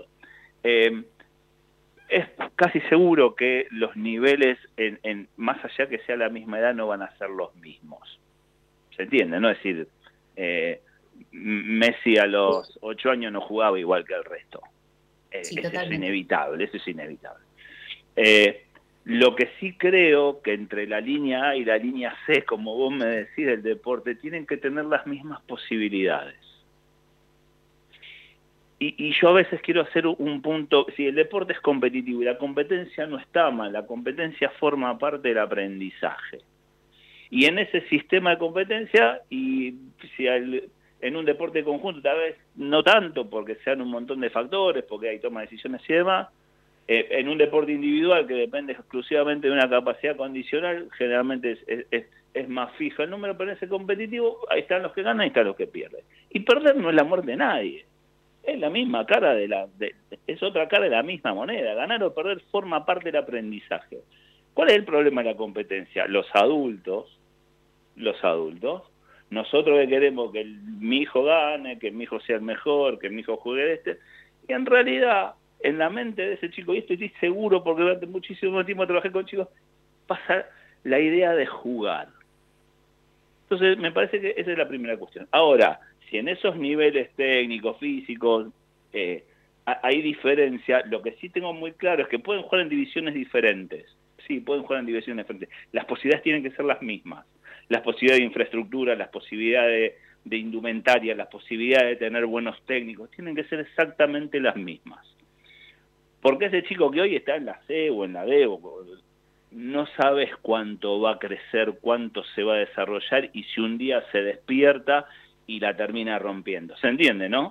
Es casi seguro que los niveles, más allá que sea la misma edad, no van a ser los mismos. ¿Se entiende? ¿No? Es decir, Messi a los 8 años no jugaba igual que el resto. Sí, eso es inevitable, eso es inevitable. Lo que sí creo que entre la línea A y la línea C, como vos me decís, del deporte, tienen que tener las mismas posibilidades. Y yo a veces quiero hacer un punto, si el deporte es competitivo y la competencia no está mal, la competencia forma parte del aprendizaje. Y en ese sistema de competencia, y si en un deporte conjunto tal vez no tanto, porque sean un montón de factores, porque hay toma de decisiones y demás, en un deporte individual que depende exclusivamente de una capacidad condicional, generalmente es más fijo el número, pero en ese competitivo ahí están los que ganan y están los que pierden. Y perder no es la muerte de nadie. Es la misma cara es otra cara de la misma moneda. Ganar o perder forma parte del aprendizaje. ¿Cuál es el problema de la competencia? Los adultos, nosotros que queremos que mi hijo gane, que mi hijo sea el mejor, que mi hijo juegue y en realidad, en la mente de ese chico, y estoy seguro porque durante muchísimo tiempo trabajé con chicos, pasa la idea de jugar. Entonces, me parece que esa es la primera cuestión. Ahora, si en esos niveles técnicos, físicos, hay diferencia, lo que sí tengo muy claro es que pueden jugar en divisiones diferentes. Sí, pueden jugar en divisiones diferentes. Las posibilidades tienen que ser las mismas. Las posibilidades de infraestructura, las posibilidades de indumentaria, las posibilidades de tener buenos técnicos, tienen que ser exactamente las mismas. Porque ese chico que hoy está en la C o en la D, no sabes cuánto va a crecer, cuánto se va a desarrollar y si un día se despierta y la termina rompiendo. ¿Se entiende, no?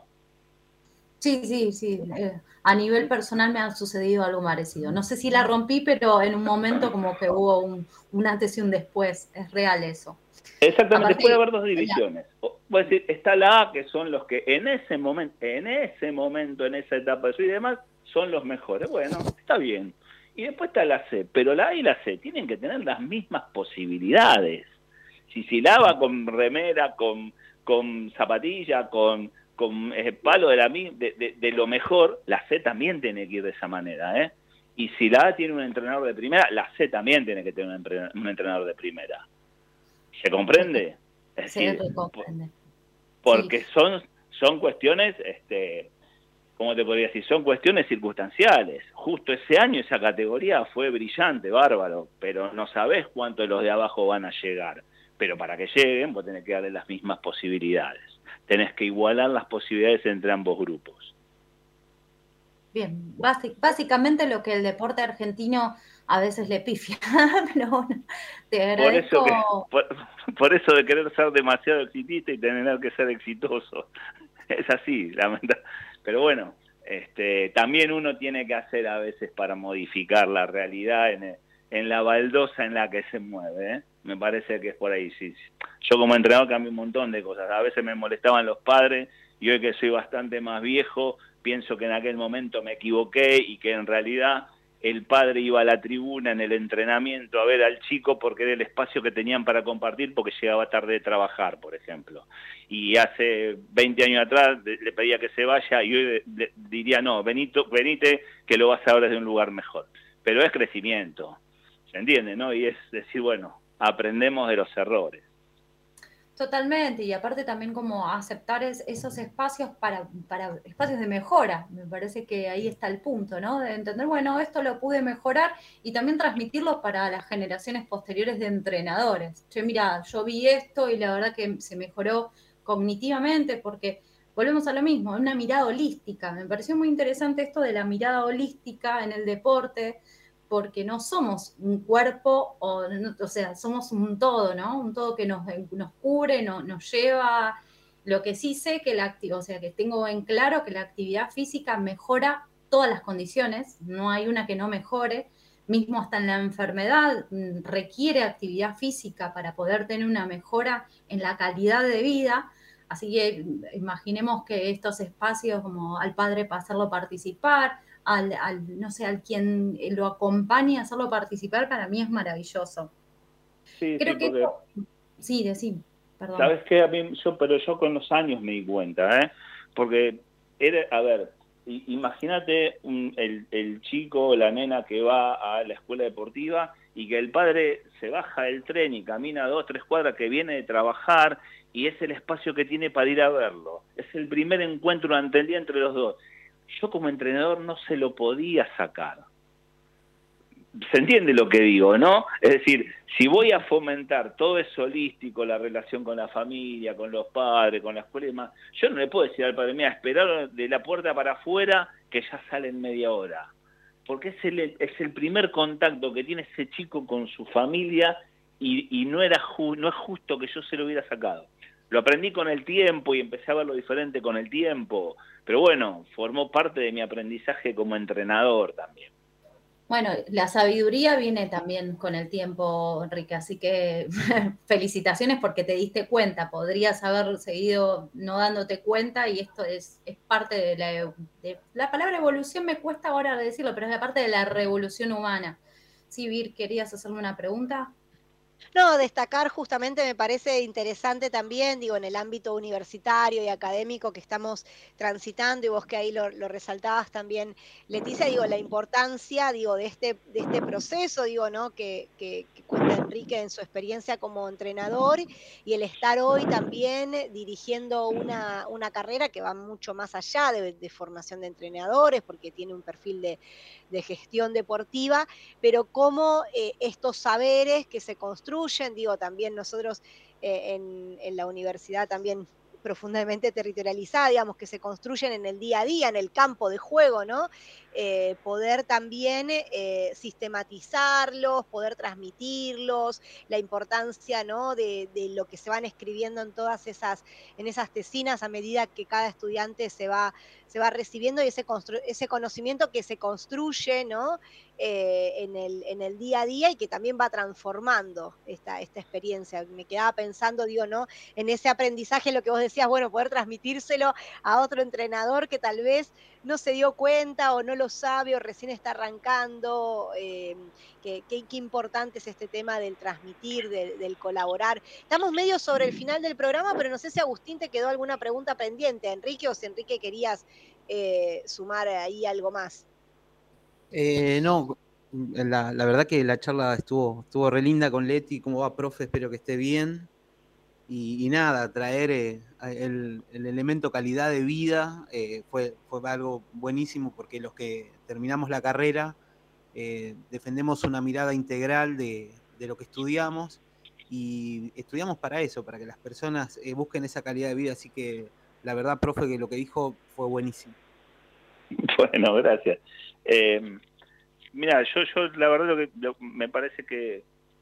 Sí. A nivel personal me ha sucedido algo parecido. No sé si la rompí, pero en un momento como que hubo un antes y un después. Es real eso. Exactamente, aparte, puede haber dos divisiones. Voy a decir, está la A, que son los que en ese momento, en esa etapa de su vida y demás, son los mejores. Bueno, está bien. Y después está la C, pero la A y la C tienen que tener las mismas posibilidades. Si la A va con remera, con zapatilla, con palo de lo mejor, la C también tiene que ir de esa manera, Y si la A tiene un entrenador de primera, la C también tiene que tener un entrenador de primera. ¿Se comprende? Se comprende. Porque son cuestiones, ¿cómo te podría decir? Son cuestiones circunstanciales. Justo ese año esa categoría fue brillante, bárbaro, pero no sabés cuántos de los de abajo van a llegar. Pero para que lleguen, vos tenés que darle las mismas posibilidades. Tenés que igualar las posibilidades entre ambos grupos. Bien, básicamente lo que el deporte argentino a veces le pifia, pero bueno, te agradezco. Por eso de querer ser demasiado exitista y tener que ser exitoso. Es así, lamentablemente. Pero bueno, también uno tiene que hacer a veces para modificar la realidad en la baldosa en la que se mueve, Me parece que es por ahí, sí. Yo como entrenador cambié un montón de cosas. A veces me molestaban los padres y hoy que soy bastante más viejo, pienso que en aquel momento me equivoqué y que en realidad el padre iba a la tribuna en el entrenamiento a ver al chico porque era el espacio que tenían para compartir porque llegaba tarde de trabajar, por ejemplo. Y hace 20 años atrás le pedía que se vaya y hoy le diría, no, venite que lo vas a ver desde un lugar mejor. Pero es crecimiento, ¿se entiende, no? Y es decir, bueno, aprendemos de los errores. Totalmente, y aparte también como aceptar esos espacios para espacios de mejora. Me parece que ahí está el punto, ¿no? De entender, bueno, esto lo pude mejorar y también transmitirlo para las generaciones posteriores de entrenadores. Che, mira, yo vi esto y la verdad que se mejoró cognitivamente porque volvemos a lo mismo, una mirada holística. Me pareció muy interesante esto de la mirada holística en el deporte, porque no somos un cuerpo, o sea, somos un todo, ¿no? Un todo que nos cubre, nos lleva. Lo que sí sé que que tengo en claro que la actividad física mejora todas las condiciones, no hay una que no mejore, mismo hasta en la enfermedad requiere actividad física para poder tener una mejora en la calidad de vida. Así que imaginemos que estos espacios, como al padre para hacerlo participar, no sé, al quien lo acompañe a hacerlo participar, para mí es maravilloso. Sí, Creo sí, que porque, sí, decí, perdón. ¿sabes qué? Pero yo con los años me di cuenta, ¿eh? Porque a ver, imagínate el chico o la nena que va a la escuela deportiva y que el padre se baja del tren y camina 2, 3 cuadras, que viene de trabajar, y es el espacio que tiene para ir a verlo. Es el primer encuentro durante el día entre los dos. Yo como entrenador no se lo podía sacar. ¿Se entiende lo que digo, no? Es decir, si voy a fomentar todo eso holístico, la relación con la familia, con los padres, con la escuela y demás, yo no le puedo decir al padre, mira, esperar de la puerta para afuera que ya sale en media hora. Porque es el primer contacto que tiene ese chico con su familia y no es justo que yo se lo hubiera sacado. Lo aprendí con el tiempo y empecé a verlo diferente con el tiempo, pero bueno, formó parte de mi aprendizaje como entrenador también. Bueno, la sabiduría viene también con el tiempo, Enrique, así que felicitaciones porque te diste cuenta. Podrías haber seguido no dándote cuenta y esto es parte de la palabra evolución, me cuesta ahora decirlo, pero es la parte de la revolución humana. Sí, Vir, ¿querías hacerme una pregunta? No, destacar justamente me parece interesante también, digo, en el ámbito universitario y académico que estamos transitando, y vos que ahí lo resaltabas también, Leticia, digo, la importancia, digo, de este proceso, digo, ¿no? Que cuenta Enrique en su experiencia como entrenador, y el estar hoy también dirigiendo una carrera que va mucho más allá de formación de entrenadores, porque tiene un perfil de gestión deportiva, pero cómo estos saberes que se construyen, digo, también nosotros en la universidad también profundamente territorializada, digamos, que se construyen en el día a día, en el campo de juego, ¿no? Poder también sistematizarlos, poder transmitirlos, la importancia, ¿no? De lo que se van escribiendo en en esas tesinas a medida que cada estudiante se va recibiendo, y ese conocimiento que se construye, ¿no? En el día a día, y que también va transformando esta experiencia. Me quedaba pensando, digo, ¿no? En ese aprendizaje, lo que vos decías, bueno, poder transmitírselo a otro entrenador que tal vez no se dio cuenta o no lo sabe o recién está arrancando, qué importante es este tema del transmitir, del colaborar. Estamos medio sobre el final del programa, pero no sé si Agustín te quedó alguna pregunta pendiente, Enrique, o si Enrique querías sumar ahí algo más. No, la verdad que la charla estuvo re linda con Leti. ¿Cómo va, profe? Espero que esté bien. Y nada, traer el elemento calidad de vida fue algo buenísimo, porque los que terminamos la carrera defendemos una mirada integral de lo que estudiamos, y estudiamos para eso, para que las personas busquen esa calidad de vida. Así que la verdad, profe, que lo que dijo fue buenísimo. Bueno, gracias. Mira, yo la verdad me parece que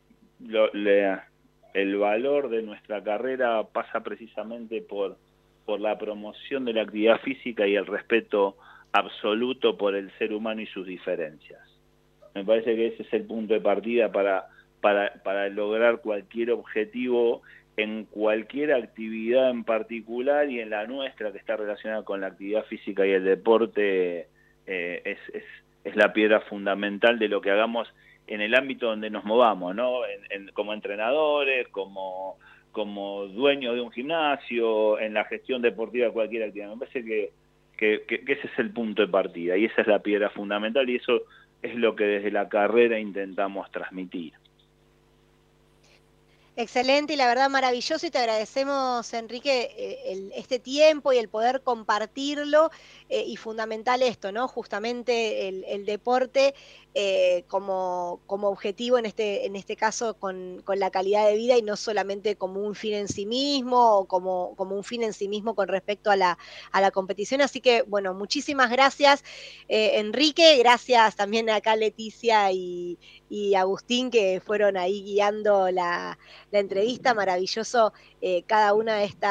el valor de nuestra carrera pasa precisamente por la promoción de la actividad física y el respeto absoluto por el ser humano y sus diferencias. Me parece que ese es el punto de partida para lograr cualquier objetivo en cualquier actividad en particular, y en la nuestra, que está relacionada con la actividad física y el deporte, es la piedra fundamental de lo que hagamos en el ámbito donde nos movamos, ¿no? Como entrenadores, como dueños de un gimnasio, en la gestión deportiva de cualquier actividad. Me parece que ese es el punto de partida, y esa es la piedra fundamental, y eso es lo que desde la carrera intentamos transmitir. Excelente, y la verdad maravilloso, y te agradecemos, Enrique, este tiempo y el poder compartirlo, y fundamental esto, ¿no? Justamente el deporte como objetivo en este caso con la calidad de vida, y no solamente como un fin en sí mismo, o como un fin en sí mismo con respecto a la competición. Así que, bueno, muchísimas gracias, Enrique, gracias también acá Leticia y Agustín, que fueron ahí guiando la entrevista. Maravilloso cada una de estas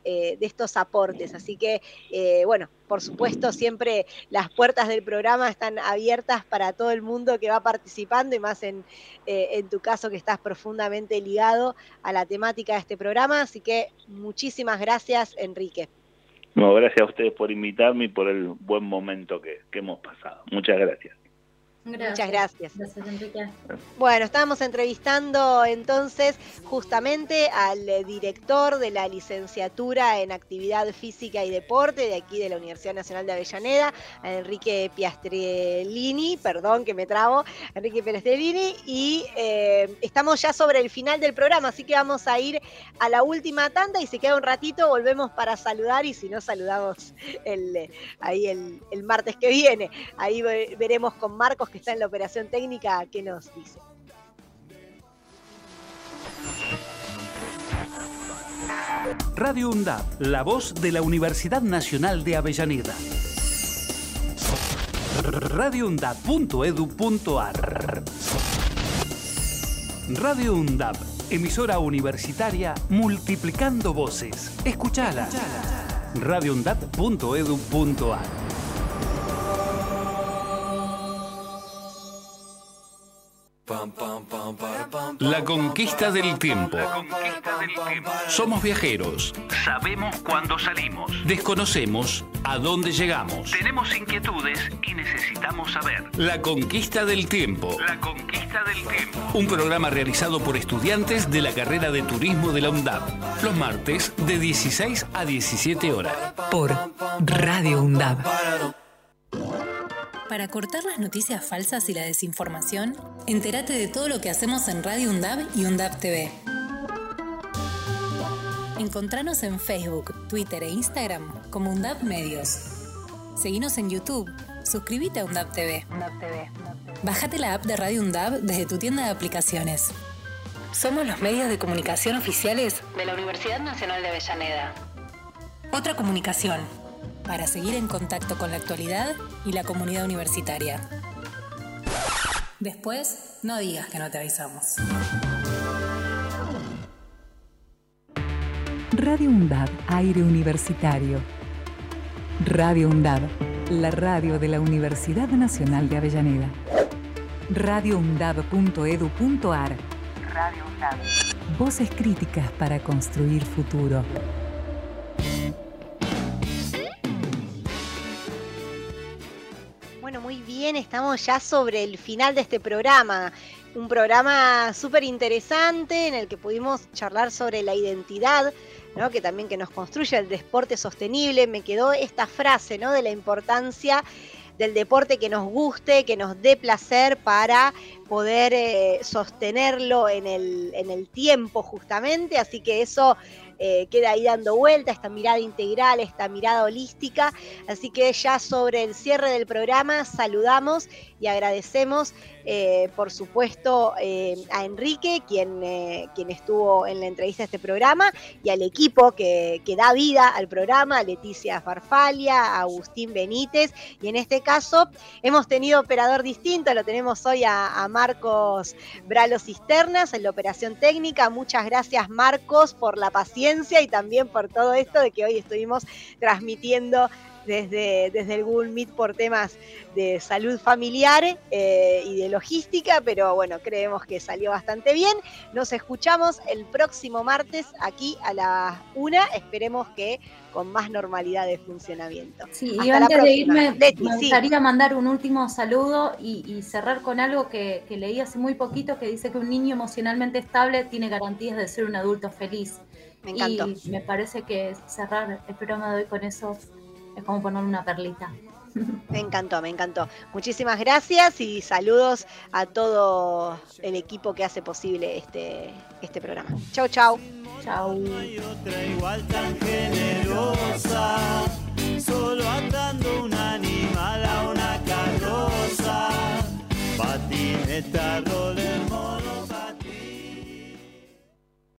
estos aportes. Así que, bueno, por supuesto, siempre las puertas del programa están abiertas para todo el mundo que va participando, y más en tu caso, que estás profundamente ligado a la temática de este programa. Así que muchísimas gracias, Enrique. No, gracias a ustedes por invitarme y por el buen momento que hemos pasado. Muchas gracias. Muchas gracias. Gracias, Enrique. Bueno, estábamos entrevistando entonces justamente al director de la licenciatura en Actividad Física y Deporte de aquí de la Universidad Nacional de Avellaneda, a Enrique Piastrellini, perdón que me trabo, Enrique Piastrellini, y estamos ya sobre el final del programa, así que vamos a ir a la última tanda y se queda un ratito, volvemos para saludar, y si no, saludamos el martes que viene. Ahí veremos con Marcos, que está en la operación técnica, ¿qué nos dice? Radio UNDAB, la voz de la Universidad Nacional de Avellaneda. radioundab.edu.ar. Radio UNDAB, emisora universitaria multiplicando voces. Escuchala. radioundab.edu.ar. La conquista del tiempo. Somos viajeros. Sabemos cuándo salimos. Desconocemos a dónde llegamos. Tenemos inquietudes y necesitamos saber. La conquista del tiempo. La conquista del tiempo. Un programa realizado por estudiantes de la carrera de turismo de la UNDAB. Los martes de 16 a 17 horas. Por Radio UNDAB. Para cortar las noticias falsas y la desinformación, entérate de todo lo que hacemos en Radio UNDAB y UNDAB TV. Encontranos en Facebook, Twitter e Instagram como UNDAB Medios. Seguinos en YouTube, suscríbete a UNDAB TV. Bájate la app de Radio UNDAB desde tu tienda de aplicaciones. Somos los medios de comunicación oficiales de la Universidad Nacional de Avellaneda. Otra comunicación, para seguir en contacto con la actualidad y la comunidad universitaria. Después, no digas que no te avisamos. Radio UNDAB, aire universitario. Radio UNDAB, la radio de la Universidad Nacional de Avellaneda. radioundab.edu.ar. Radio UNDAB. Voces críticas para construir futuro. Bueno, muy bien, estamos ya sobre el final de este programa. Un programa súper interesante en el que pudimos charlar sobre la identidad, ¿no? Que también que nos construye el deporte sostenible. Me quedó esta frase, ¿no? De la importancia del deporte que nos guste, que nos dé placer para poder sostenerlo en el tiempo justamente. Así que eso queda ahí dando vuelta, esta mirada integral, esta mirada holística. Así que ya sobre el cierre del programa saludamos y agradecemos por supuesto a Enrique, quien estuvo en la entrevista de este programa, y al equipo que da vida al programa, a Leticia Farfalia, a Agustín Benítez, y en este caso hemos tenido operador distinto, lo tenemos hoy a Marcos Bralo Cisternas en la operación técnica. Muchas gracias, Marcos, por la paciencia y también por todo esto de que hoy estuvimos transmitiendo desde el Google Meet por temas de salud familiar y de logística, pero bueno, creemos que salió bastante bien. Nos escuchamos el próximo martes aquí a las 1, esperemos que con más normalidad de funcionamiento. Sí, hasta y antes de irme, Leti, me gustaría mandar un último saludo y cerrar con algo que leí hace muy poquito, que dice que un niño emocionalmente estable tiene garantías de ser un adulto feliz. Me encantó. Y me parece que cerrar el programa de hoy con eso es como poner una perlita. Me encantó, me encantó. Muchísimas gracias y saludos a todo el equipo que hace posible este programa. Chau, chau. Chau. No hay otra igual tan generosa, solo atando un animal a una carroza, patineta, roller.